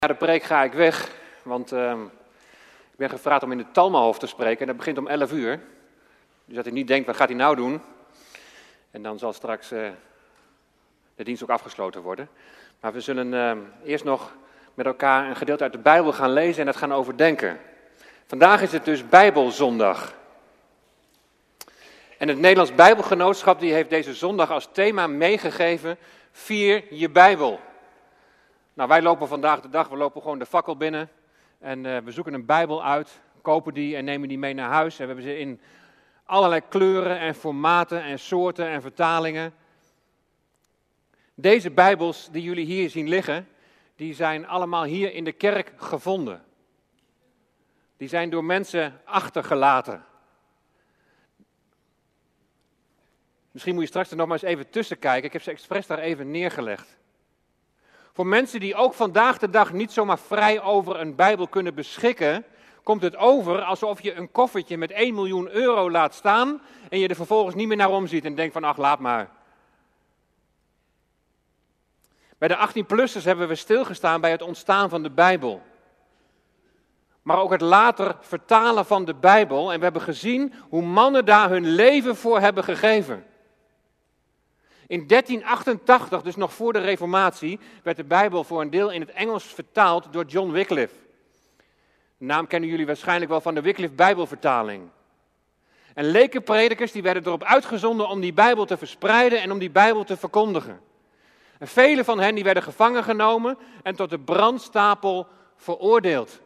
Na de preek ga ik weg, want ik ben gevraagd om in het Talmahof te spreken en dat begint om 11 uur. Dus dat u niet denkt, wat gaat hij nou doen? En dan zal straks de dienst ook afgesloten worden. Maar we zullen eerst nog met elkaar een gedeelte uit de Bijbel gaan lezen en dat gaan overdenken. Vandaag is het dus Bijbelzondag. En het Nederlands Bijbelgenootschap die heeft deze zondag als thema meegegeven: vier je Bijbel. Nou, wij lopen vandaag de dag, we lopen gewoon de fakkel binnen en we zoeken een Bijbel uit, kopen die en nemen die mee naar huis. En we hebben ze in allerlei kleuren en formaten en soorten en vertalingen. Deze Bijbels die jullie hier zien liggen, die zijn allemaal hier in de kerk gevonden. Die zijn door mensen achtergelaten. Misschien moet je straks er nog maar eens even tussen kijken. Ik heb ze expres daar even neergelegd. Voor mensen die ook vandaag de dag niet zomaar vrij over een Bijbel kunnen beschikken, komt het over alsof je een koffertje met 1 miljoen euro laat staan en je er vervolgens niet meer naar omziet en denkt van ach, laat maar. Bij de 18-plussers hebben we stilgestaan bij het ontstaan van de Bijbel. Maar ook het later vertalen van de Bijbel en we hebben gezien hoe mannen daar hun leven voor hebben gegeven. In 1388, dus nog voor de Reformatie, werd de Bijbel voor een deel in het Engels vertaald door John Wycliffe. De naam kennen jullie waarschijnlijk wel van de Wycliffe Bijbelvertaling. En lekenpredikers die werden erop uitgezonden om die Bijbel te verspreiden en om die Bijbel te verkondigen. En vele van hen die werden gevangen genomen en tot de brandstapel veroordeeld.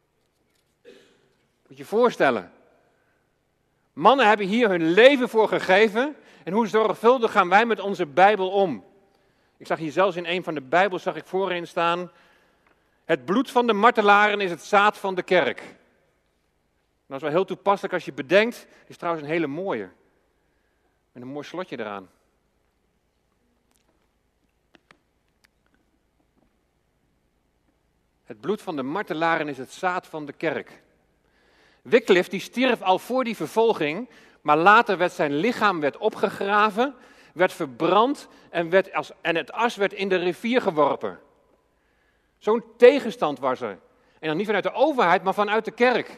Moet je je voorstellen. Mannen hebben hier hun leven voor gegeven. En hoe zorgvuldig gaan wij met onze Bijbel om? Ik zag hier zelfs in een van de Bijbels voorin staan: het bloed van de martelaren is het zaad van de kerk. Dat is wel heel toepasselijk als je bedenkt. Het is trouwens een hele mooie. Met een mooi slotje eraan. Het bloed van de martelaren is het zaad van de kerk. Wycliffe die stierf al voor die vervolging, maar later werd zijn lichaam opgegraven, werd verbrand en het as werd in de rivier geworpen. Zo'n tegenstand was er. En dan niet vanuit de overheid, maar vanuit de kerk.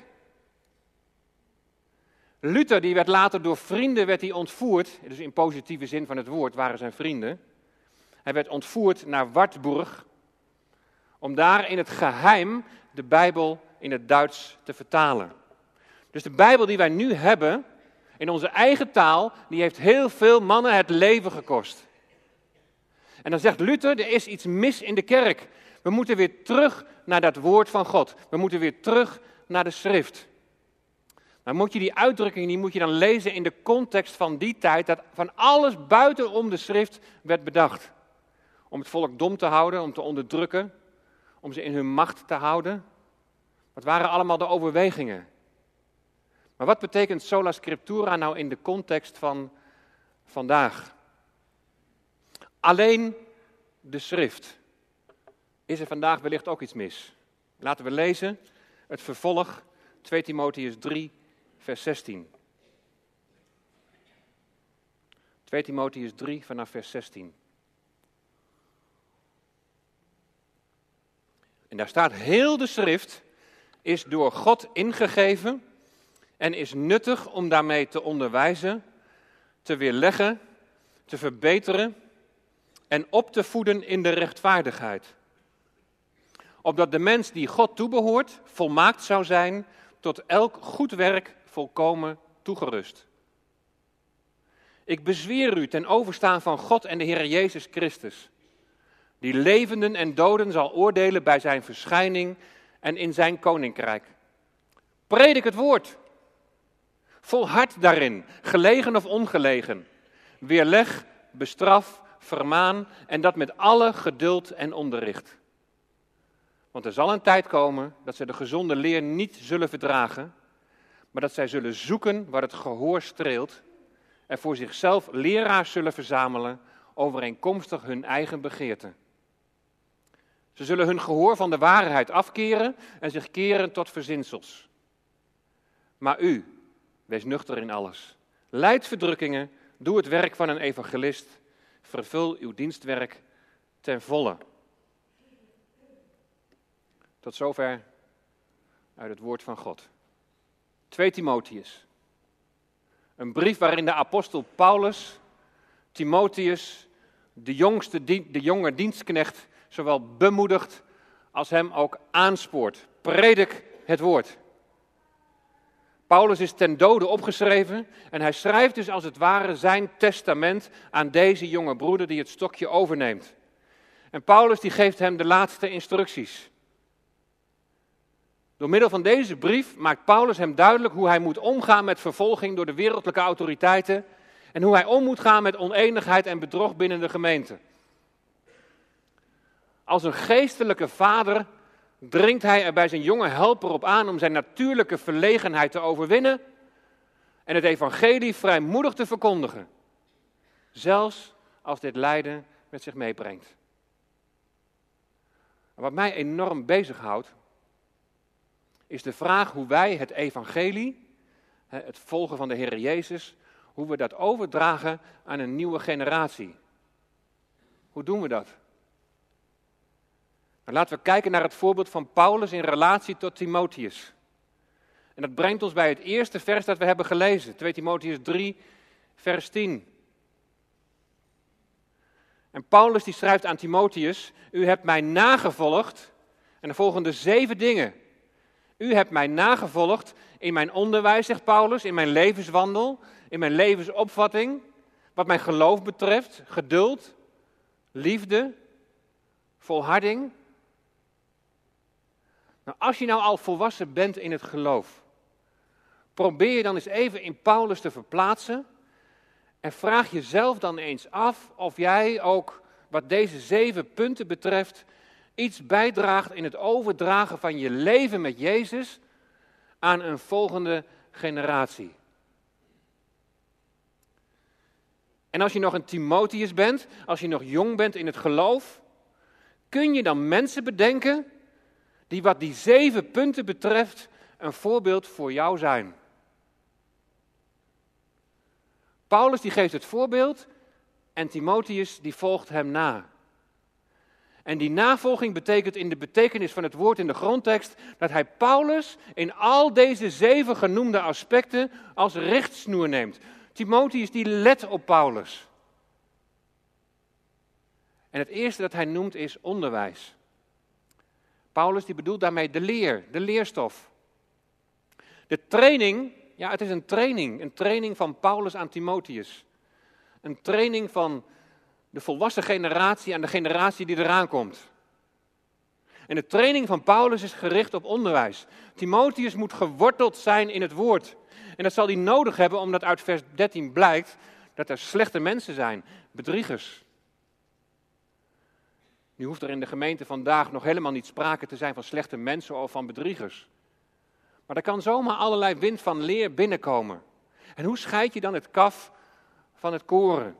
Luther die werd later door vrienden ontvoerd, dus in positieve zin van het woord waren zijn vrienden. Hij werd ontvoerd naar Wartburg, om daar in het geheim de Bijbel in het Duits te vertalen. Dus de Bijbel die wij nu hebben, in onze eigen taal, die heeft heel veel mannen het leven gekost. En dan zegt Luther, er is iets mis in de kerk. We moeten weer terug naar dat woord van God. We moeten weer terug naar de schrift. Maar moet je die uitdrukking, die moet je dan lezen in de context van die tijd, dat van alles buitenom de schrift werd bedacht. Om het volk dom te houden, om te onderdrukken, om ze in hun macht te houden. Wat waren allemaal de overwegingen? Maar wat betekent sola scriptura nou in de context van vandaag? Alleen de schrift. Is er vandaag wellicht ook iets mis? Laten we lezen het vervolg, 2 Timotheüs 3, vers 16. 2 Timotheüs 3 vanaf vers 16. En daar staat: heel de schrift is door God ingegeven en is nuttig om daarmee te onderwijzen, te weerleggen, te verbeteren en op te voeden in de rechtvaardigheid. Opdat de mens die God toebehoort volmaakt zou zijn, tot elk goed werk volkomen toegerust. Ik bezweer u ten overstaan van God en de Heer Jezus Christus, die levenden en doden zal oordelen bij zijn verschijning en in zijn koninkrijk. Predik het woord. Volhard daarin, gelegen of ongelegen. Weerleg, bestraf, vermaan en dat met alle geduld en onderricht. Want er zal een tijd komen dat zij de gezonde leer niet zullen verdragen, maar dat zij zullen zoeken waar het gehoor streelt en voor zichzelf leraars zullen verzamelen overeenkomstig hun eigen begeerte. Ze zullen hun gehoor van de waarheid afkeren en zich keren tot verzinsels. Maar u, wees nuchter in alles. Lijd verdrukkingen, doe het werk van een evangelist, vervul uw dienstwerk ten volle. Tot zover uit het woord van God. 2 Timotheus. Een brief waarin de apostel Paulus Timotheus, de jonge dienstknecht, zowel bemoedigt als hem ook aanspoort. Predik het woord. Paulus is ten dode opgeschreven en hij schrijft dus als het ware zijn testament aan deze jonge broeder die het stokje overneemt. En Paulus die geeft hem de laatste instructies. Door middel van deze brief maakt Paulus hem duidelijk hoe hij moet omgaan met vervolging door de wereldlijke autoriteiten en hoe hij om moet gaan met oneenigheid en bedrog binnen de gemeente. Als een geestelijke vader dringt hij er bij zijn jonge helper op aan om zijn natuurlijke verlegenheid te overwinnen en het evangelie vrijmoedig te verkondigen. Zelfs als dit lijden met zich meebrengt. Wat mij enorm bezighoudt, is de vraag hoe wij het evangelie, het volgen van de Heer Jezus, hoe we dat overdragen aan een nieuwe generatie. Hoe doen we dat? Nou, laten we kijken naar het voorbeeld van Paulus in relatie tot Timotheus. En dat brengt ons bij het eerste vers dat we hebben gelezen, 2 Timotheus 3, vers 10. En Paulus die schrijft aan Timotheus, u hebt mij nagevolgd, en de volgende 7 dingen. U hebt mij nagevolgd in mijn onderwijs, zegt Paulus, in mijn levenswandel, in mijn levensopvatting, wat mijn geloof betreft, geduld, liefde, volharding. Nou, als je nou al volwassen bent in het geloof, probeer je dan eens even in Paulus te verplaatsen en vraag jezelf dan eens af of jij ook, wat deze 7 punten betreft, iets bijdraagt in het overdragen van je leven met Jezus aan een volgende generatie. En als je nog een Timotheus bent, als je nog jong bent in het geloof, kun je dan mensen bedenken die wat die 7 punten betreft een voorbeeld voor jou zijn. Paulus die geeft het voorbeeld en Timotheus die volgt hem na. En die navolging betekent in de betekenis van het woord in de grondtekst dat hij Paulus in al deze 7 genoemde aspecten als richtsnoer neemt. Timotheus die let op Paulus. En het eerste dat hij noemt is onderwijs. Paulus die bedoelt daarmee de leerstof. De training, ja het is een training van Paulus aan Timotheus. Een training van de volwassen generatie aan de generatie die eraan komt. En de training van Paulus is gericht op onderwijs. Timotheus moet geworteld zijn in het woord. En dat zal hij nodig hebben omdat uit vers 13 blijkt dat er slechte mensen zijn, bedriegers. Nu hoeft er in de gemeente vandaag nog helemaal niet sprake te zijn van slechte mensen of van bedriegers. Maar er kan zomaar allerlei wind van leer binnenkomen. En hoe scheid je dan het kaf van het koren?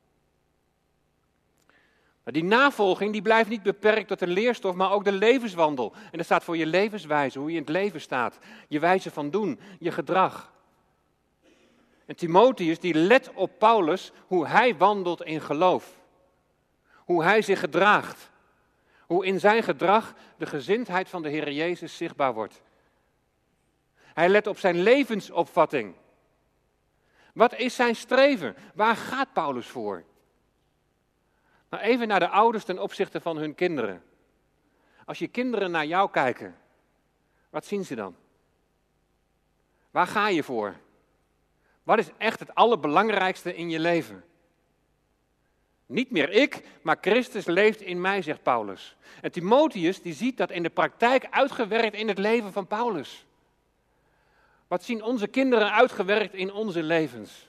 Die navolging die blijft niet beperkt tot de leerstof, maar ook de levenswandel. En dat staat voor je levenswijze, hoe je in het leven staat. Je wijze van doen, je gedrag. En Timotheus die let op Paulus hoe hij wandelt in geloof. Hoe hij zich gedraagt. Hoe in zijn gedrag de gezindheid van de Heer Jezus zichtbaar wordt. Hij let op zijn levensopvatting. Wat is zijn streven? Waar gaat Paulus voor? Nou, even naar de ouders ten opzichte van hun kinderen. Als je kinderen naar jou kijken, wat zien ze dan? Waar ga je voor? Wat is echt het allerbelangrijkste in je leven? Niet meer ik, maar Christus leeft in mij, zegt Paulus. En Timotheus die ziet dat in de praktijk uitgewerkt in het leven van Paulus. Wat zien onze kinderen uitgewerkt in onze levens?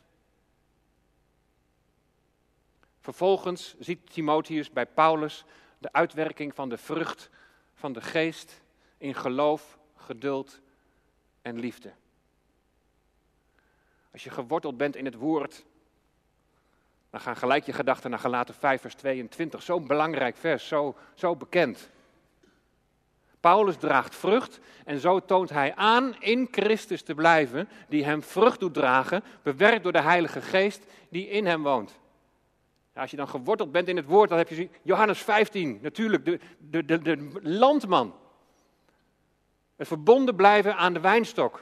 Vervolgens ziet Timotheus bij Paulus de uitwerking van de vrucht van de geest in geloof, geduld en liefde. Als je geworteld bent in het woord, dan gaan gelijk je gedachten naar Galaten 5 vers 22. Zo'n belangrijk vers, zo bekend. Paulus draagt vrucht en zo toont hij aan in Christus te blijven, die hem vrucht doet dragen, bewerkt door de Heilige Geest die in hem woont. Als je dan geworteld bent in het woord, dan heb je Johannes 15, natuurlijk, de landman. Het verbonden blijven aan de wijnstok.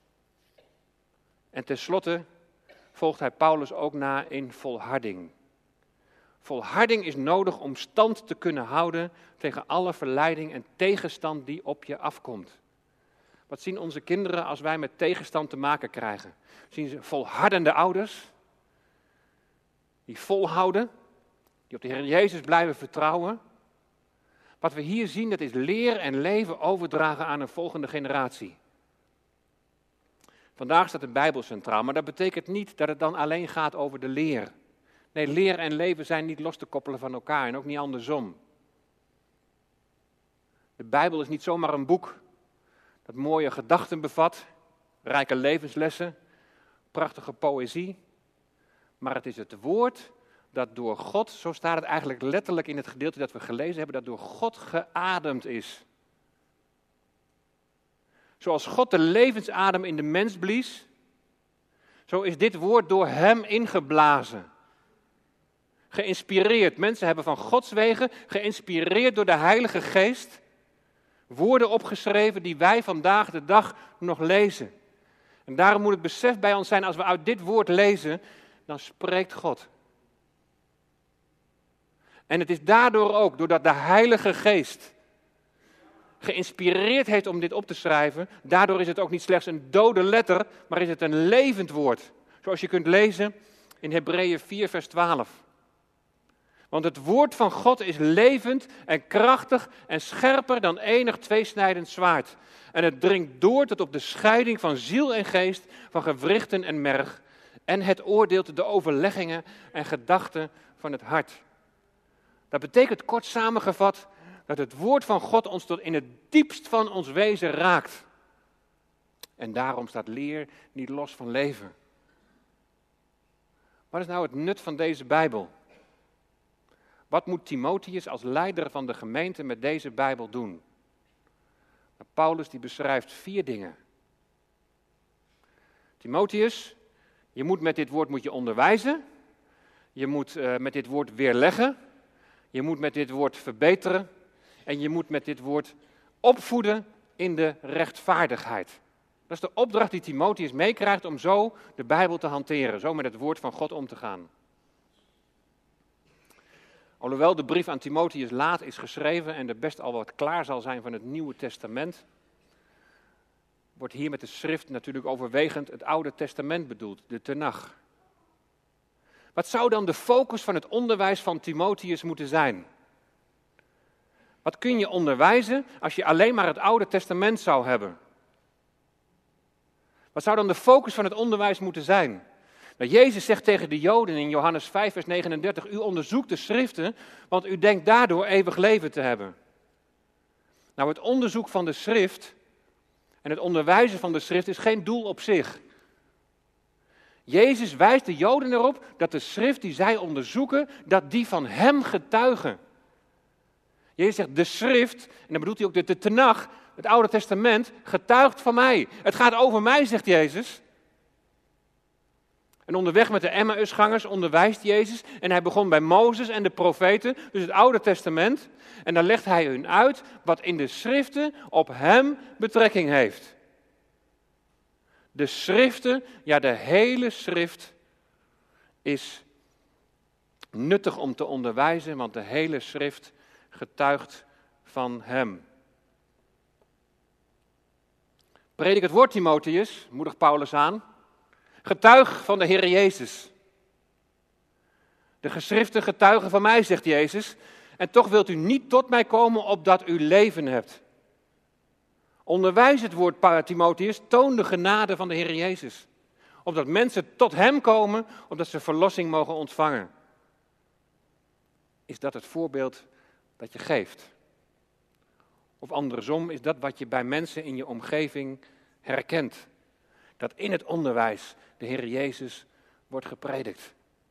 En tenslotte volgt hij Paulus ook na in volharding. Volharding is nodig om stand te kunnen houden tegen alle verleiding en tegenstand die op je afkomt. Wat zien onze kinderen als wij met tegenstand te maken krijgen? Zien ze volhardende ouders, die volhouden, die op de Heer Jezus blijven vertrouwen? Wat we hier zien, dat is leer en leven overdragen aan een volgende generatie. Vandaag staat de Bijbel centraal, maar dat betekent niet dat het dan alleen gaat over de leer. Nee, leer en leven zijn niet los te koppelen van elkaar en ook niet andersom. De Bijbel is niet zomaar een boek dat mooie gedachten bevat, rijke levenslessen, prachtige poëzie. Maar het is het woord dat door God, zo staat het eigenlijk letterlijk in het gedeelte dat we gelezen hebben, dat door God geademd is. Zoals God de levensadem in de mens blies, zo is dit woord door hem ingeblazen. Geïnspireerd. Mensen hebben van Gods wegen, geïnspireerd door de Heilige Geest, woorden opgeschreven die wij vandaag de dag nog lezen. En daarom moet het besef bij ons zijn, als we uit dit woord lezen, dan spreekt God. En het is daardoor ook, doordat de Heilige Geest geïnspireerd heeft om dit op te schrijven, daardoor is het ook niet slechts een dode letter, maar is het een levend woord. Zoals je kunt lezen in Hebreeën 4 vers 12. Want het woord van God is levend en krachtig en scherper dan enig tweesnijdend zwaard. En het dringt door tot op de scheiding van ziel en geest, van gewrichten en merg. En het oordeelt de overleggingen en gedachten van het hart. Dat betekent kort samengevat dat het woord van God ons tot in het diepst van ons wezen raakt. En daarom staat leer niet los van leven. Wat is nou het nut van deze Bijbel? Wat moet Timotheus als leider van de gemeente met deze Bijbel doen? Paulus die beschrijft 4 dingen. Timotheus, je moet met dit woord onderwijzen. Je moet met dit woord weerleggen. Je moet met dit woord verbeteren. En je moet met dit woord opvoeden in de rechtvaardigheid. Dat is de opdracht die Timotheus meekrijgt om zo de Bijbel te hanteren. Zo met het woord van God om te gaan. Alhoewel de brief aan Timotheus laat is geschreven en er best al wat klaar zal zijn van het Nieuwe Testament, wordt hier met de schrift natuurlijk overwegend het Oude Testament bedoeld, de Tenach. Wat zou dan de focus van het onderwijs van Timotheus moeten zijn? Wat kun je onderwijzen als je alleen maar het Oude Testament zou hebben? Wat zou dan de focus van het onderwijs moeten zijn? Nou, Jezus zegt tegen de Joden in Johannes 5 vers 39, u onderzoekt de schriften, want u denkt daardoor eeuwig leven te hebben. Nou, het onderzoek van de schrift en het onderwijzen van de schrift is geen doel op zich. Jezus wijst de Joden erop dat de schrift die zij onderzoeken, dat die van hem getuigen. Jezus zegt, de schrift, en dan bedoelt hij ook de Tenach, het Oude Testament, getuigt van mij. Het gaat over mij, zegt Jezus. En onderweg met de Emmausgangers onderwijst Jezus. En hij begon bij Mozes en de profeten, dus het Oude Testament. En dan legt hij hun uit wat in de schriften op hem betrekking heeft. De schriften, ja de hele schrift is nuttig om te onderwijzen, want de hele schrift getuigt van hem. Predik het woord, Timotheus, moedigt Paulus aan. Getuig van de Heer Jezus. De geschriften getuigen van mij, zegt Jezus. En toch wilt u niet tot mij komen opdat u leven hebt. Onderwijs het woord, Timotheus, toon de genade van de Heer Jezus. Opdat mensen tot hem komen, opdat ze verlossing mogen ontvangen. Is dat het voorbeeld dat je geeft? Of andersom, is dat wat je bij mensen in je omgeving herkent? Dat in het onderwijs de Heer Jezus wordt gepredikt.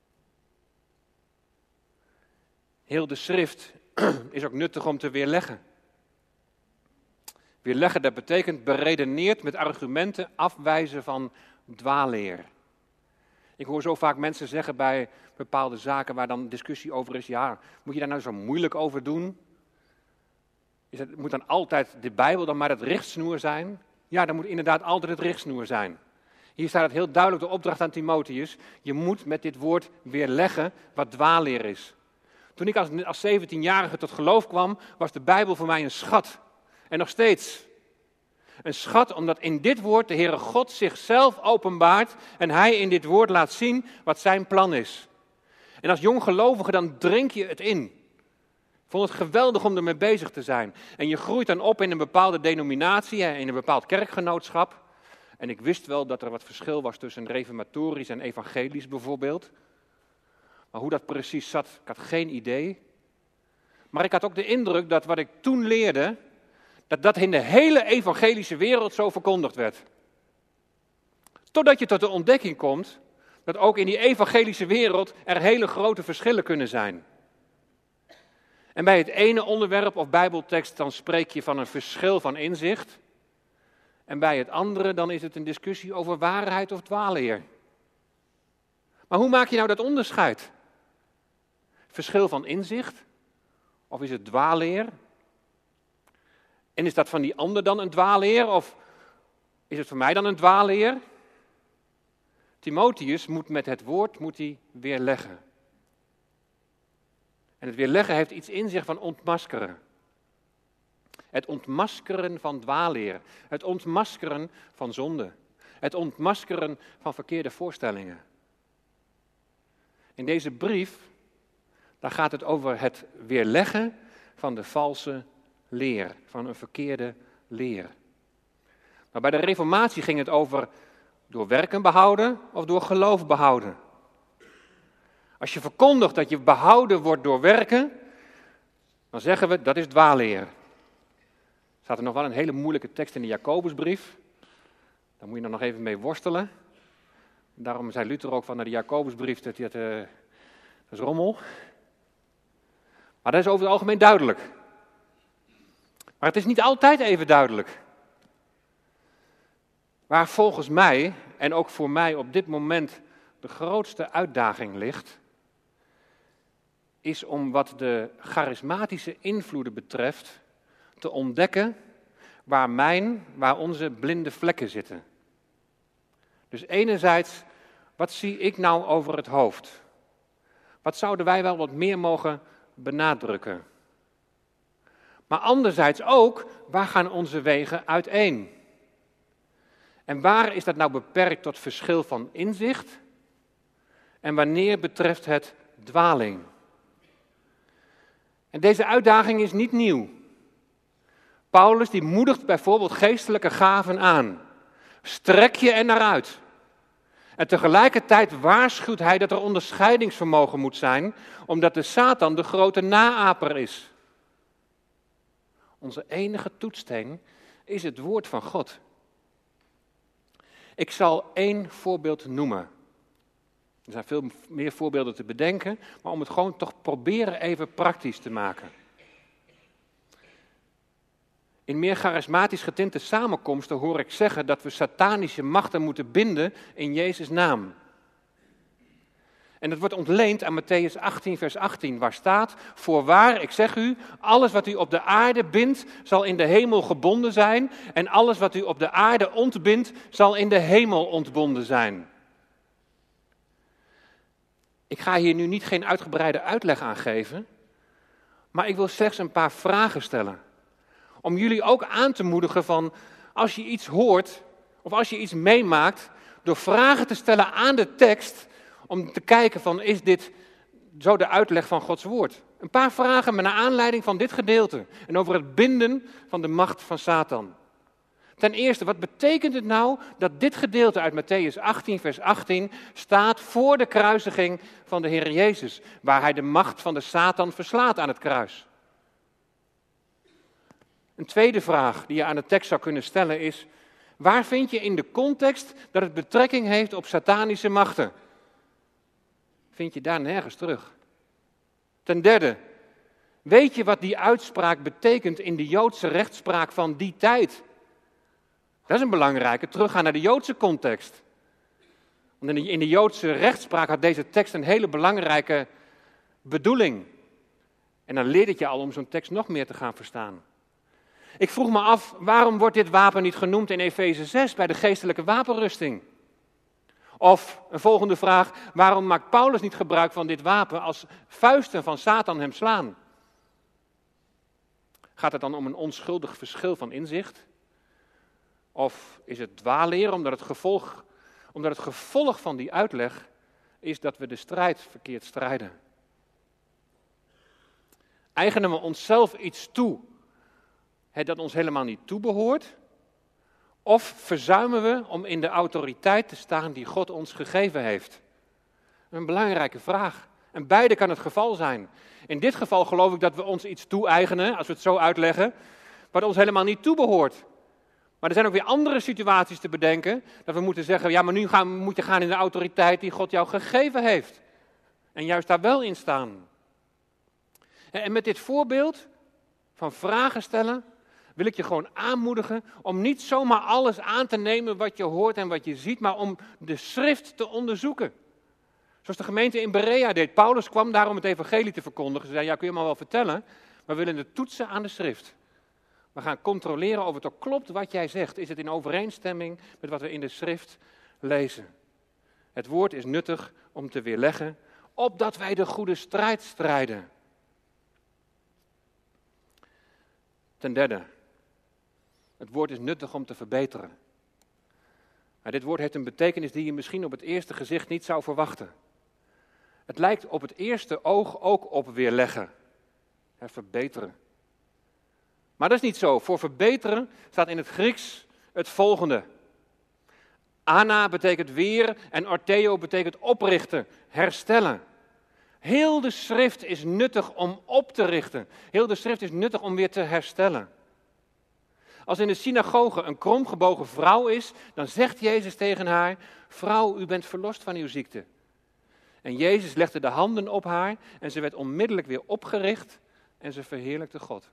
Heel de schrift is ook nuttig om te weerleggen. Weerleggen, dat betekent beredeneerd met argumenten afwijzen van dwaalleer. Ik hoor zo vaak mensen zeggen bij bepaalde zaken waar dan discussie over is, ja, moet je daar nou zo moeilijk over doen? Moet dan altijd de Bijbel dan maar het richtsnoer zijn? Ja, dan moet inderdaad altijd het richtsnoer zijn. Hier staat het heel duidelijk, de opdracht aan Timotheus. Je moet met dit woord weerleggen wat dwaalleer is. Toen ik als 17-jarige tot geloof kwam, was de Bijbel voor mij een schat. En nog steeds. Een schat omdat in dit woord de Heere God zichzelf openbaart en Hij in dit woord laat zien wat zijn plan is. En als jong gelovige dan drink je het in. Ik vond het geweldig om ermee bezig te zijn. En je groeit dan op in een bepaalde denominatie, in een bepaald kerkgenootschap. En ik wist wel dat er wat verschil was tussen reformatorisch en evangelisch bijvoorbeeld. Maar hoe dat precies zat, ik had geen idee. Maar ik had ook de indruk dat wat ik toen leerde, dat in de hele evangelische wereld zo verkondigd werd. Totdat je tot de ontdekking komt dat ook in die evangelische wereld er hele grote verschillen kunnen zijn. En bij het ene onderwerp of bijbeltekst dan spreek je van een verschil van inzicht. En bij het andere dan is het een discussie over waarheid of dwaalleer. Maar hoe maak je nou dat onderscheid? Verschil van inzicht? Of is het dwaalleer? En is dat van die ander dan een dwaalleer? Of is het voor mij dan een dwaalleer? Timotheus moet met het woord weerleggen. En het weerleggen heeft iets in zich van ontmaskeren. Het ontmaskeren van dwaalleer. Het ontmaskeren van zonde. Het ontmaskeren van verkeerde voorstellingen. In deze brief, daar gaat het over het weerleggen van de valse leer. Van een verkeerde leer. Maar bij de Reformatie ging het over door werken behouden of door geloof behouden. Als je verkondigt dat je behouden wordt door werken, dan zeggen we dat is dwaalleer. Er staat er nog wel een hele moeilijke tekst in de Jacobusbrief. Daar moet je nog even mee worstelen. Daarom zei Luther ook van de Jacobusbrief, dat is rommel. Maar dat is over het algemeen duidelijk. Maar het is niet altijd even duidelijk. Waar volgens mij, en ook voor mij op dit moment, de grootste uitdaging ligt, is om wat de charismatische invloeden betreft te ontdekken waar onze blinde vlekken zitten. Dus enerzijds, wat zie ik nou over het hoofd? Wat zouden wij wel wat meer mogen benadrukken? Maar anderzijds ook, waar gaan onze wegen uiteen? En waar is dat nou beperkt tot verschil van inzicht? En wanneer betreft het dwaling? En deze uitdaging is niet nieuw. Paulus die moedigt bijvoorbeeld geestelijke gaven aan. Strek je er naar uit. En tegelijkertijd waarschuwt hij dat er onderscheidingsvermogen moet zijn, omdat de Satan de grote naaper is. Onze enige toetssteen is het woord van God. Ik zal 1 voorbeeld noemen. Er zijn veel meer voorbeelden te bedenken, maar om het gewoon toch proberen even praktisch te maken. In meer charismatisch getinte samenkomsten hoor ik zeggen dat we satanische machten moeten binden in Jezus' naam. En dat wordt ontleend aan Mattheüs 18 vers 18, waar staat: voorwaar, ik zeg u, alles wat u op de aarde bindt, zal in de hemel gebonden zijn, en alles wat u op de aarde ontbindt, zal in de hemel ontbonden zijn. Ik ga hier nu geen uitgebreide uitleg aan geven, maar ik wil slechts een paar vragen stellen. Om jullie ook aan te moedigen van, als je iets hoort, of als je iets meemaakt, door vragen te stellen aan de tekst, om te kijken van, is dit zo de uitleg van Gods woord? Een paar vragen naar aanleiding van dit gedeelte en over het binden van de macht van Satan. Ten eerste, wat betekent het nou dat dit gedeelte uit Mattheüs 18 vers 18 staat voor de kruisiging van de Heer Jezus, waar hij de macht van de Satan verslaat aan het kruis? Een tweede vraag die je aan de tekst zou kunnen stellen is, waar vind je in de context dat het betrekking heeft op satanische machten? Vind je daar nergens terug. Ten derde, weet je wat die uitspraak betekent in de Joodse rechtspraak van die tijd? Dat is een belangrijke, teruggaan naar de Joodse context. Want in de Joodse rechtspraak had deze tekst een hele belangrijke bedoeling. En dan leert het je al om zo'n tekst nog meer te gaan verstaan. Ik vroeg me af, waarom wordt dit wapen niet genoemd in Efeze 6 bij de geestelijke wapenrusting? Of een volgende vraag, waarom maakt Paulus niet gebruik van dit wapen als vuisten van Satan hem slaan? Gaat het dan om een onschuldig verschil van inzicht? Of is het dwaalleer omdat het gevolg van die uitleg is dat we de strijd verkeerd strijden? Eigenen we onszelf iets toe dat ons helemaal niet toebehoort? Of verzuimen we om in de autoriteit te staan die God ons gegeven heeft? Een belangrijke vraag. En beide kan het geval zijn. In dit geval geloof ik dat we ons iets toe-eigenen, als we het zo uitleggen, wat ons helemaal niet toebehoort. Maar er zijn ook weer andere situaties te bedenken, dat we moeten zeggen, ja, maar nu moet je gaan in de autoriteit die God jou gegeven heeft. En juist daar wel in staan. En met dit voorbeeld van vragen stellen, wil ik je gewoon aanmoedigen om niet zomaar alles aan te nemen wat je hoort en wat je ziet, maar om de schrift te onderzoeken. Zoals de gemeente in Berea deed. Paulus kwam daar om het evangelie te verkondigen. Ze zei, ja, kun je maar wel vertellen, maar we willen het toetsen aan de schrift. We gaan controleren of het ook klopt wat jij zegt. Is het in overeenstemming met wat we in de schrift lezen? Het woord is nuttig om te weerleggen, opdat wij de goede strijd strijden. Ten derde, het woord is nuttig om te verbeteren. Maar dit woord heeft een betekenis die je misschien op het eerste gezicht niet zou verwachten. Het lijkt op het eerste oog ook op weerleggen. Verbeteren. Maar dat is niet zo. Voor verbeteren staat in het Grieks het volgende. Ana betekent weer en ortheo betekent oprichten, herstellen. Heel de schrift is nuttig om op te richten. Heel de schrift is nuttig om weer te herstellen. Als in de synagoge een kromgebogen vrouw is, dan zegt Jezus tegen haar, vrouw, u bent verlost van uw ziekte. En Jezus legde de handen op haar en ze werd onmiddellijk weer opgericht en ze verheerlijkte God.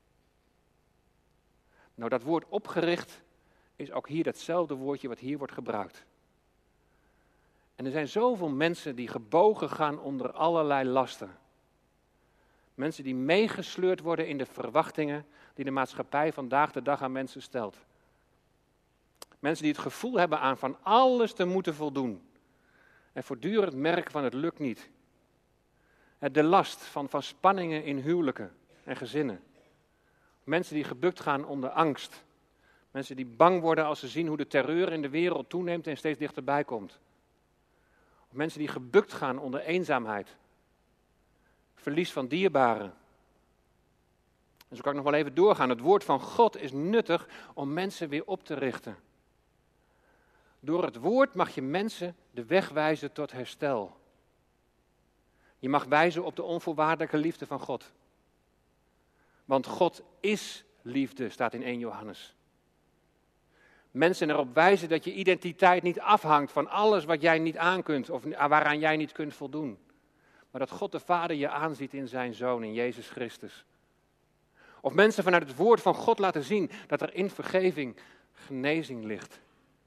Nou, dat woord opgericht is ook hier datzelfde woordje wat hier wordt gebruikt. En er zijn zoveel mensen die gebogen gaan onder allerlei lasten. Mensen die meegesleurd worden in de verwachtingen die de maatschappij vandaag de dag aan mensen stelt. Mensen die het gevoel hebben aan van alles te moeten voldoen. En voortdurend merken van het lukt niet. De last van spanningen in huwelijken en gezinnen. Mensen die gebukt gaan onder angst. Mensen die bang worden als ze zien hoe de terreur in de wereld toeneemt en steeds dichterbij komt. Mensen die gebukt gaan onder eenzaamheid. Verlies van dierbaren. En zo kan ik nog wel even doorgaan. Het woord van God is nuttig om mensen weer op te richten. Door het woord mag je mensen de weg wijzen tot herstel. Je mag wijzen op de onvoorwaardelijke liefde van God. Want God is liefde, staat in 1 Johannes. Mensen erop wijzen dat je identiteit niet afhangt van alles wat jij niet aankunt of waaraan jij niet kunt voldoen. Maar dat God de Vader je aanziet in zijn Zoon, in Jezus Christus. Of mensen vanuit het woord van God laten zien dat er in vergeving genezing ligt.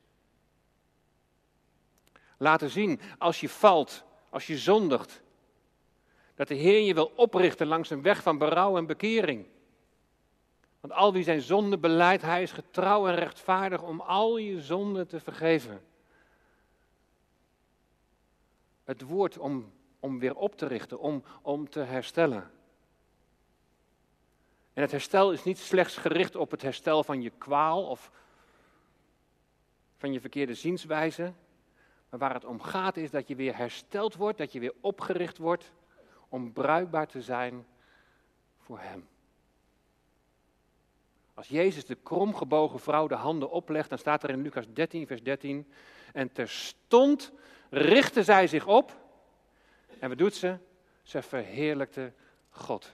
Laten zien als je valt, als je zondigt, dat de Heer je wil oprichten langs een weg van berouw en bekering. Want al wie zijn zonde belijdt, hij is getrouw en rechtvaardig om al je zonden te vergeven. Het woord om weer op te richten, om te herstellen. En het herstel is niet slechts gericht op het herstel van je kwaal of van je verkeerde zienswijze. Maar waar het om gaat is dat je weer hersteld wordt, dat je weer opgericht wordt om bruikbaar te zijn voor Hem. Als Jezus de kromgebogen vrouw de handen oplegt, dan staat er in Lucas 13, vers 13. En terstond richtte zij zich op. En wat doet ze? Ze verheerlijkte God.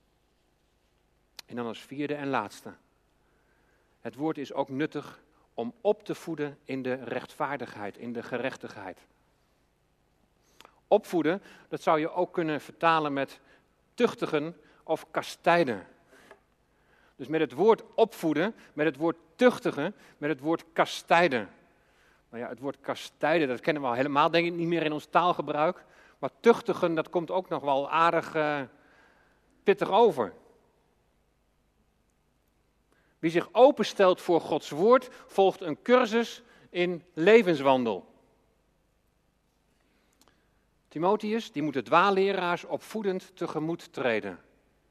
En dan als vierde en laatste. Het woord is ook nuttig om op te voeden in de rechtvaardigheid, in de gerechtigheid. Opvoeden, dat zou je ook kunnen vertalen met tuchtigen of kastijden. Dus met het woord opvoeden, met het woord tuchtigen, met het woord kastijden. Nou ja, het woord kastijden, dat kennen we al helemaal denk ik niet meer in ons taalgebruik. Maar tuchtigen, dat komt ook nog wel aardig pittig over. Wie zich openstelt voor Gods woord, volgt een cursus in levenswandel. Timotheus, die moet de dwaalleraars opvoedend tegemoet treden.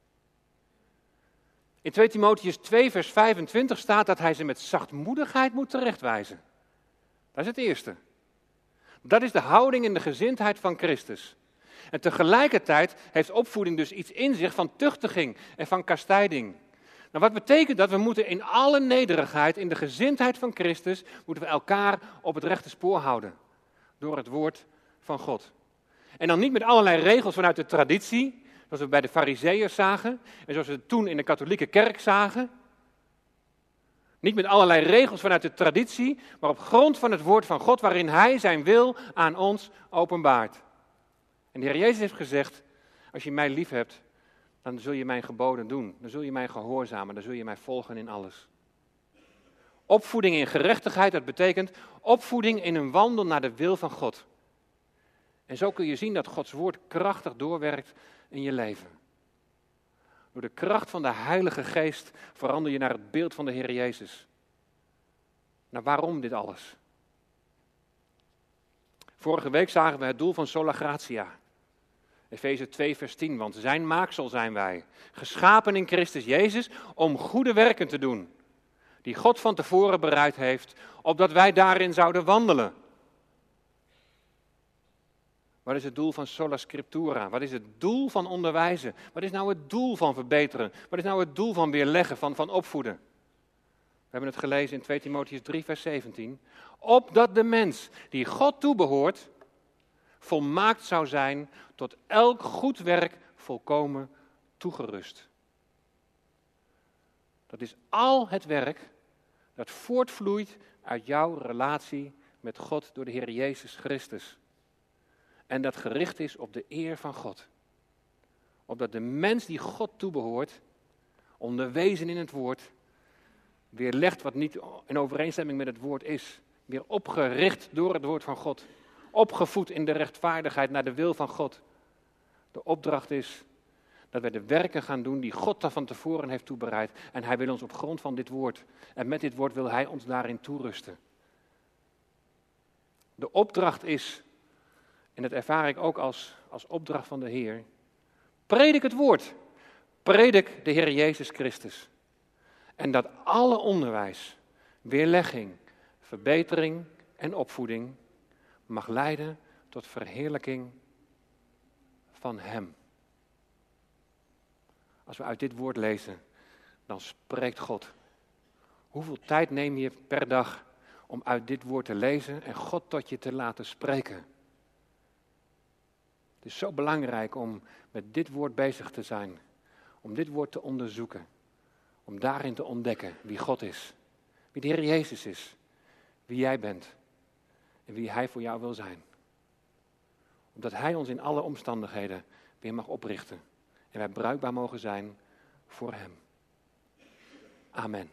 In 2 Timotheus 2 vers 25 staat dat hij ze met zachtmoedigheid moet terechtwijzen. Dat is het eerste. Dat is de houding en de gezindheid van Christus. En tegelijkertijd heeft opvoeding dus iets in zich van tuchtiging en van kastijding. Nou, wat betekent dat? We moeten in alle nederigheid, in de gezindheid van Christus, moeten we elkaar op het rechte spoor houden. Door het woord van God. En dan niet met allerlei regels vanuit de traditie, zoals we bij de Farizeeërs zagen en zoals we toen in de katholieke kerk zagen. Niet met allerlei regels vanuit de traditie, maar op grond van het woord van God waarin Hij zijn wil aan ons openbaart. En de Heer Jezus heeft gezegd, als je mij lief hebt, dan zul je mijn geboden doen. Dan zul je mij gehoorzamen, dan zul je mij volgen in alles. Opvoeding in gerechtigheid, dat betekent opvoeding in een wandel naar de wil van God. En zo kun je zien dat Gods woord krachtig doorwerkt in je leven. Door de kracht van de Heilige Geest verander je naar het beeld van de Heer Jezus. Nou, waarom dit alles? Vorige week zagen we het doel van Sola Gratia. Efeze 2 vers 10, want zijn maaksel zijn wij, geschapen in Christus Jezus om goede werken te doen, die God van tevoren bereid heeft, opdat wij daarin zouden wandelen. Wat is het doel van Sola Scriptura? Wat is het doel van onderwijzen? Wat is nou het doel van verbeteren? Wat is nou het doel van weerleggen, van opvoeden? We hebben het gelezen in 2 Timotheus 3 vers 17. Opdat de mens die God toebehoort, volmaakt zou zijn, tot elk goed werk volkomen toegerust. Dat is al het werk dat voortvloeit uit jouw relatie met God door de Heer Jezus Christus. En dat gericht is op de eer van God. Opdat de mens die God toebehoort, onderwezen in het woord, weerlegt wat niet in overeenstemming met het woord is. Weer opgericht door het woord van God. Opgevoed in de rechtvaardigheid naar de wil van God. De opdracht is dat wij de werken gaan doen die God van tevoren heeft toebereid. En Hij wil ons op grond van dit woord. En met dit woord wil Hij ons daarin toerusten. De opdracht is, en dat ervaar ik ook als opdracht van de Heer. Predik het woord. Predik de Heer Jezus Christus. En dat alle onderwijs, weerlegging, verbetering en opvoeding mag leiden tot verheerlijking van Hem. Als we uit dit woord lezen, dan spreekt God. Hoeveel tijd neem je per dag om uit dit woord te lezen en God tot je te laten spreken? Het is zo belangrijk om met dit woord bezig te zijn. Om dit woord te onderzoeken. Om daarin te ontdekken wie God is. Wie de Heer Jezus is. Wie jij bent. En wie Hij voor jou wil zijn. Omdat Hij ons in alle omstandigheden weer mag oprichten. En wij bruikbaar mogen zijn voor Hem. Amen.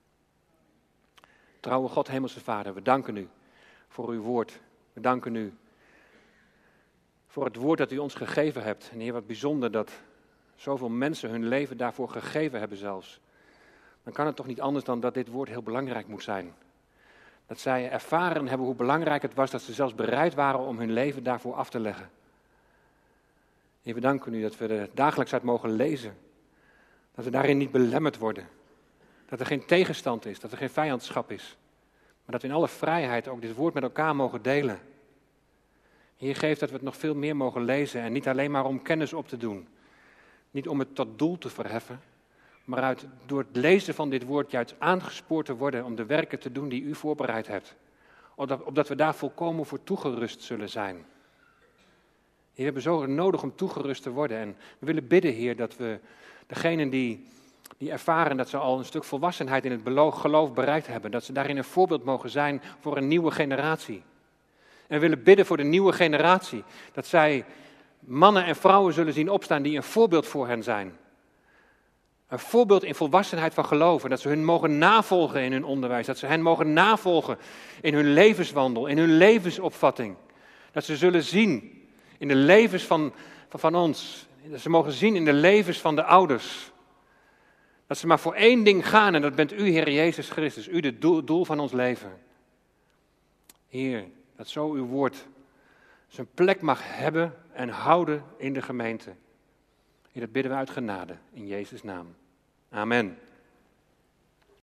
Trouwe God, Hemelse Vader, we danken U voor Uw woord. We danken U voor het woord dat U ons gegeven hebt. En Heer, wat bijzonder dat zoveel mensen hun leven daarvoor gegeven hebben zelfs. Dan kan het toch niet anders dan dat dit woord heel belangrijk moet zijn. Dat zij ervaren hebben hoe belangrijk het was dat ze zelfs bereid waren om hun leven daarvoor af te leggen. Heer, we danken U dat we er dagelijks uit mogen lezen. Dat we daarin niet belemmerd worden. Dat er geen tegenstand is, dat er geen vijandschap is. Maar dat we in alle vrijheid ook dit woord met elkaar mogen delen. Heer, geef dat we het nog veel meer mogen lezen en niet alleen maar om kennis op te doen. Niet om het tot doel te verheffen, maar door het lezen van dit woord juist aangespoord te worden om de werken te doen die U voorbereid hebt. Opdat we daar volkomen voor toegerust zullen zijn. Heer, we hebben zo nodig om toegerust te worden en we willen bidden, Heer, dat we degenen die ervaren dat ze al een stuk volwassenheid in het geloof bereikt hebben, dat ze daarin een voorbeeld mogen zijn voor een nieuwe generatie. En we willen bidden voor de nieuwe generatie, dat zij mannen en vrouwen zullen zien opstaan die een voorbeeld voor hen zijn. Een voorbeeld in volwassenheid van geloven, dat ze hun mogen navolgen in hun onderwijs, dat ze hen mogen navolgen in hun levenswandel, in hun levensopvatting. Dat ze zullen zien in de levens van ons, dat ze mogen zien in de levens van de ouders. Dat ze maar voor één ding gaan en dat bent u, Heer Jezus Christus. U, het doel van ons leven. Heer, dat zo uw woord zijn plek mag hebben en houden in de gemeente. Heer, dat bidden we uit genade in Jezus' naam. Amen.